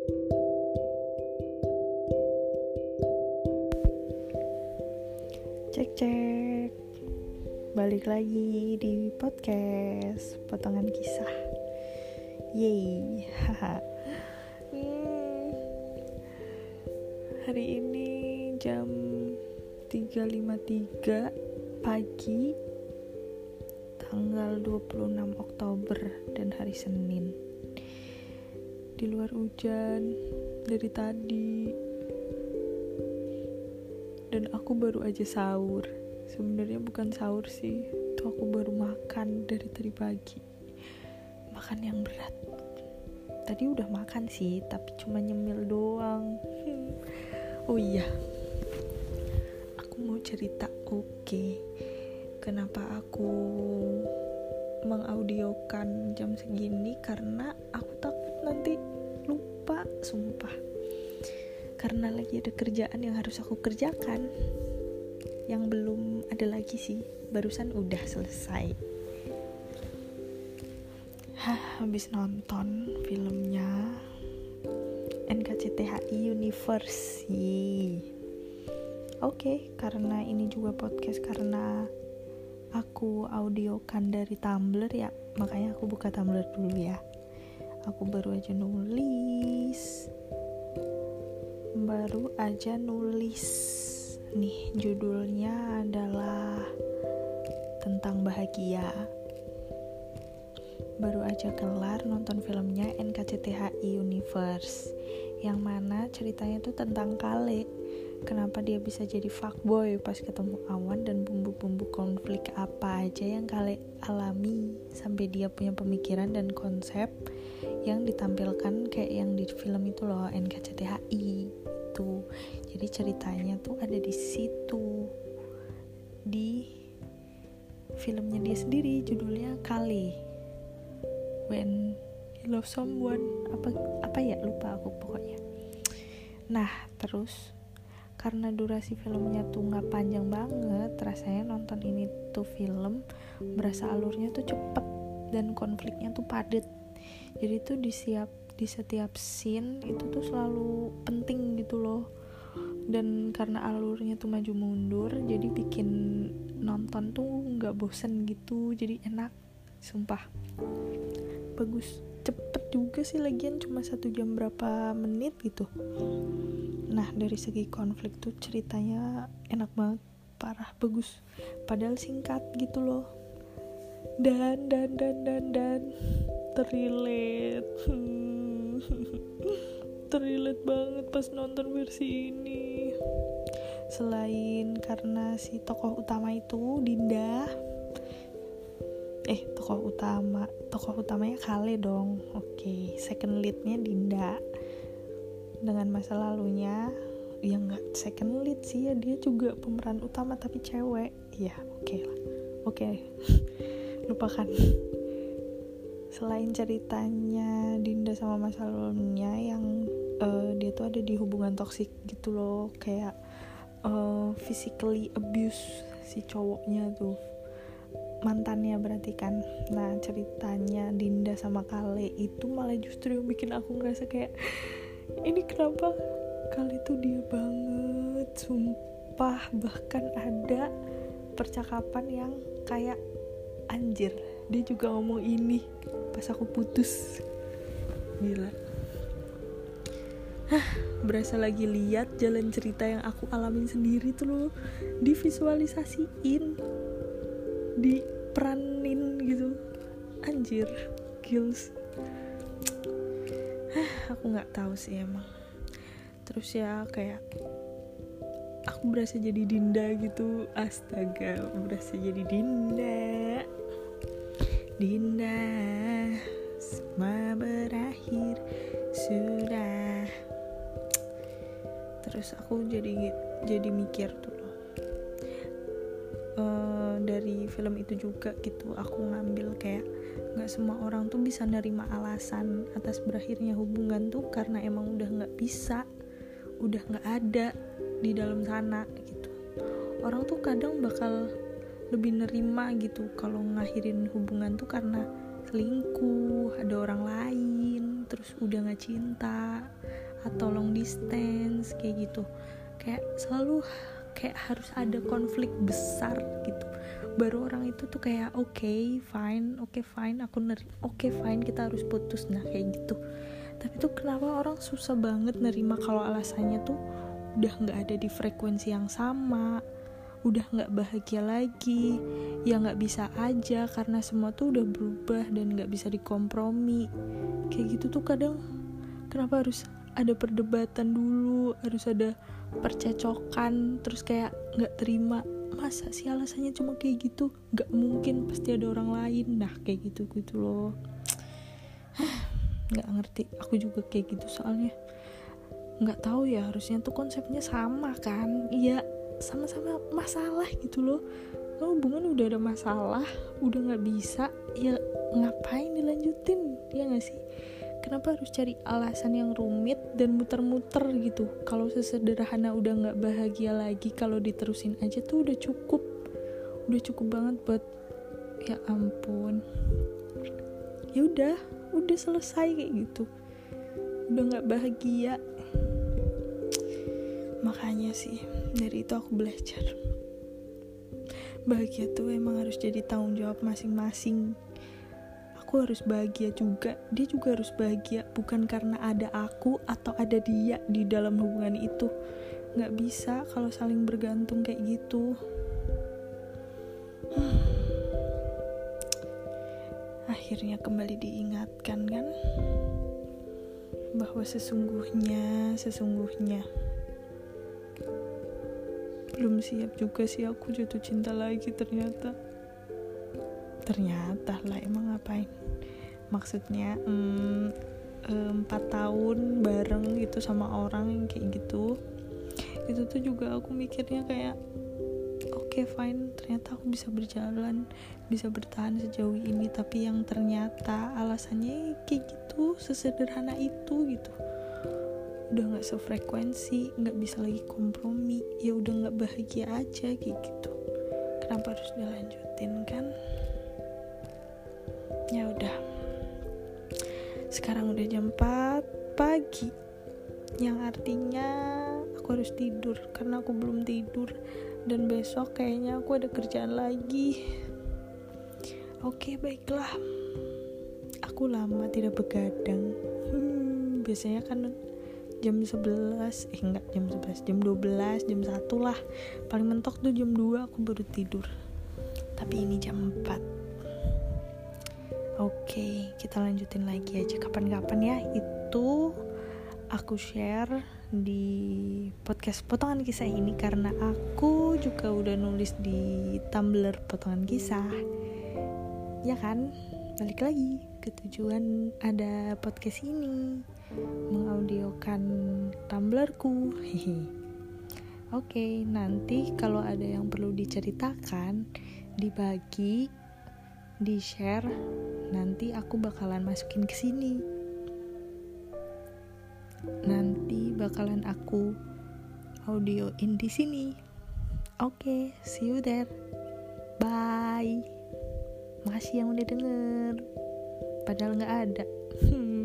Cek, balik lagi di podcast Potongan Kisah. Yeay, haha. Hari ini jam 3.53 pagi, tanggal 26 Oktober dan hari Senin. Di luar hujan dari tadi. Dan aku baru aja sahur. Sebenarnya bukan sahur sih, itu aku baru makan dari tadi pagi. Makan yang berat. Tadi udah makan sih, tapi cuma nyemil doang. Oh iya, aku mau cerita. Oke. Kenapa aku mengaudiokan jam segini? Karena aku takut nanti lupa, sumpah. Karena lagi ada kerjaan yang harus aku kerjakan, yang belum ada lagi sih, barusan udah selesai. Habis nonton filmnya NKCTHI Universe. Oke, karena ini juga podcast, karena aku audiokan dari Tumblr ya, makanya aku buka Tumblr dulu ya. Aku baru aja nulis nih, judulnya adalah tentang bahagia. Baru aja kelar nonton filmnya NKCTHI Universe, yang mana ceritanya tuh tentang Kale. Kenapa dia bisa jadi fuckboy pas ketemu Awan, dan bumbu-bumbu konflik apa aja yang Kale alami sampai dia punya pemikiran dan konsep yang ditampilkan kayak yang di film itu loh, NKCTHI itu. Jadi ceritanya tuh ada di situ, di filmnya dia sendiri, judulnya Kale When He Loves Someone, apa ya, lupa aku pokoknya. Nah, terus karena durasi filmnya tuh nggak panjang banget, rasanya nonton ini tuh film berasa alurnya tuh cepet dan konfliknya tuh padet. Jadi tuh di setiap scene itu tuh selalu penting gitu loh. Dan karena alurnya tuh maju mundur, jadi bikin nonton tuh nggak bosen gitu. Jadi enak, sumpah. Bagus, cepet juga sih, lagian cuma 1 jam berapa menit gitu. Nah, dari segi konflik tuh ceritanya enak banget, parah, bagus. Padahal singkat gitu loh. Dan terrelate banget pas nonton versi ini. Selain karena si tokoh utama itu Dinda, tokoh utamanya Kale dong. Oke, second leadnya Dinda dengan masa lalunya, ya nggak second lead sih ya, dia juga pemeran utama tapi cewek ya. Oke. Lupakan. Selain ceritanya Dinda sama masa lalunya yang dia tuh ada di hubungan toksik gitu loh, kayak physically abuse si cowoknya tuh, mantannya berarti kan. Nah, ceritanya Dinda sama Kale itu malah justru yang bikin aku ngerasa kayak, ini kenapa Kale tuh dia banget, sumpah. Bahkan ada percakapan yang kayak, anjir, dia juga ngomong ini pas aku putus. Gila. Berasa lagi lihat jalan cerita yang aku alamin sendiri tuh loh, divisualisasiin, diperanin gitu. Anjir, gils. Aku nggak tahu sih emang. Terus ya kayak aku berasa jadi Dinda gitu. Astaga, berasa jadi Dinda. Semua berakhir sudah. Terus aku jadi mikir tuh loh, dari film itu juga gitu, aku ngambil kayak nggak semua orang tuh bisa nerima alasan atas berakhirnya hubungan tuh karena emang udah nggak bisa, udah nggak ada di dalam sana gitu. Orang tuh kadang bakal lebih nerima gitu kalau ngakhirin hubungan tuh karena selingkuh, ada orang lain, terus udah gak cinta, atau long distance kayak gitu. Kayak selalu kayak harus ada konflik besar gitu, baru orang itu tuh kayak oke fine kita harus putus. Nah kayak gitu. Tapi tuh kenapa orang susah banget nerima kalau alasannya tuh udah gak ada di frekuensi yang sama, udah gak bahagia lagi, ya gak bisa aja karena semua tuh udah berubah dan gak bisa dikompromi. Kayak gitu tuh kadang kenapa harus ada perdebatan dulu, harus ada percecokan, terus kayak gak terima, masa sih alasannya cuma kayak gitu, gak mungkin pasti ada orang lain. Nah kayak gitu loh. Gak ngerti, aku juga kayak gitu soalnya gak tahu ya, harusnya tuh konsepnya sama kan, iya sama-sama masalah gitu loh. Kalau hubungan udah ada masalah, udah gak bisa, ya ngapain dilanjutin, ya gak sih? Kenapa harus cari alasan yang rumit dan muter-muter gitu? Kalau sesederhana udah gak bahagia lagi, kalau diterusin aja tuh udah cukup banget buat, ya ampun, ya udah selesai kayak gitu, udah gak bahagia. Makanya sih dari itu aku belajar, bahagia tuh emang harus jadi tanggung jawab masing-masing. Aku harus bahagia juga, dia juga harus bahagia, bukan karena ada aku atau ada dia di dalam hubungan itu. Gak bisa kalau saling bergantung kayak gitu. Akhirnya kembali diingatkan kan, bahwa sesungguhnya belum siap juga sih aku jatuh cinta lagi ternyata lah. Emang ngapain, maksudnya 4 tahun bareng gitu sama orang yang kayak gitu, itu tuh juga aku mikirnya kayak oke, fine, ternyata aku bisa berjalan, bisa bertahan sejauh ini. Tapi yang ternyata alasannya kayak gitu, sesederhana itu gitu, udah gak sefrekuensi, gak bisa lagi kompromi, ya udah gak bahagia aja kayak gitu. Kenapa harus dilanjutin kan? Ya udah, sekarang udah jam 4 pagi, yang artinya aku harus tidur karena aku belum tidur, dan besok kayaknya aku ada kerjaan lagi. Oke, baiklah, aku lama tidak begadang. Biasanya kan jam 11, jam 12, jam 1 lah, paling mentok tuh jam 2 aku baru tidur. Tapi ini jam 4. Oke, kita lanjutin lagi aja kapan-kapan ya. Itu aku share di podcast Potongan Kisah ini karena aku juga udah nulis di Tumblr Potongan Kisah, ya kan? Balik lagi ke tujuan ada podcast ini, mengaudiokan Tumblrku. Oke, nanti kalau ada yang perlu diceritakan, dibagi, di-share, nanti aku bakalan masukin ke sini. Nanti bakalan aku audioin di sini. Oke, see you there. Bye. Makasih yang udah denger. Padahal nggak ada.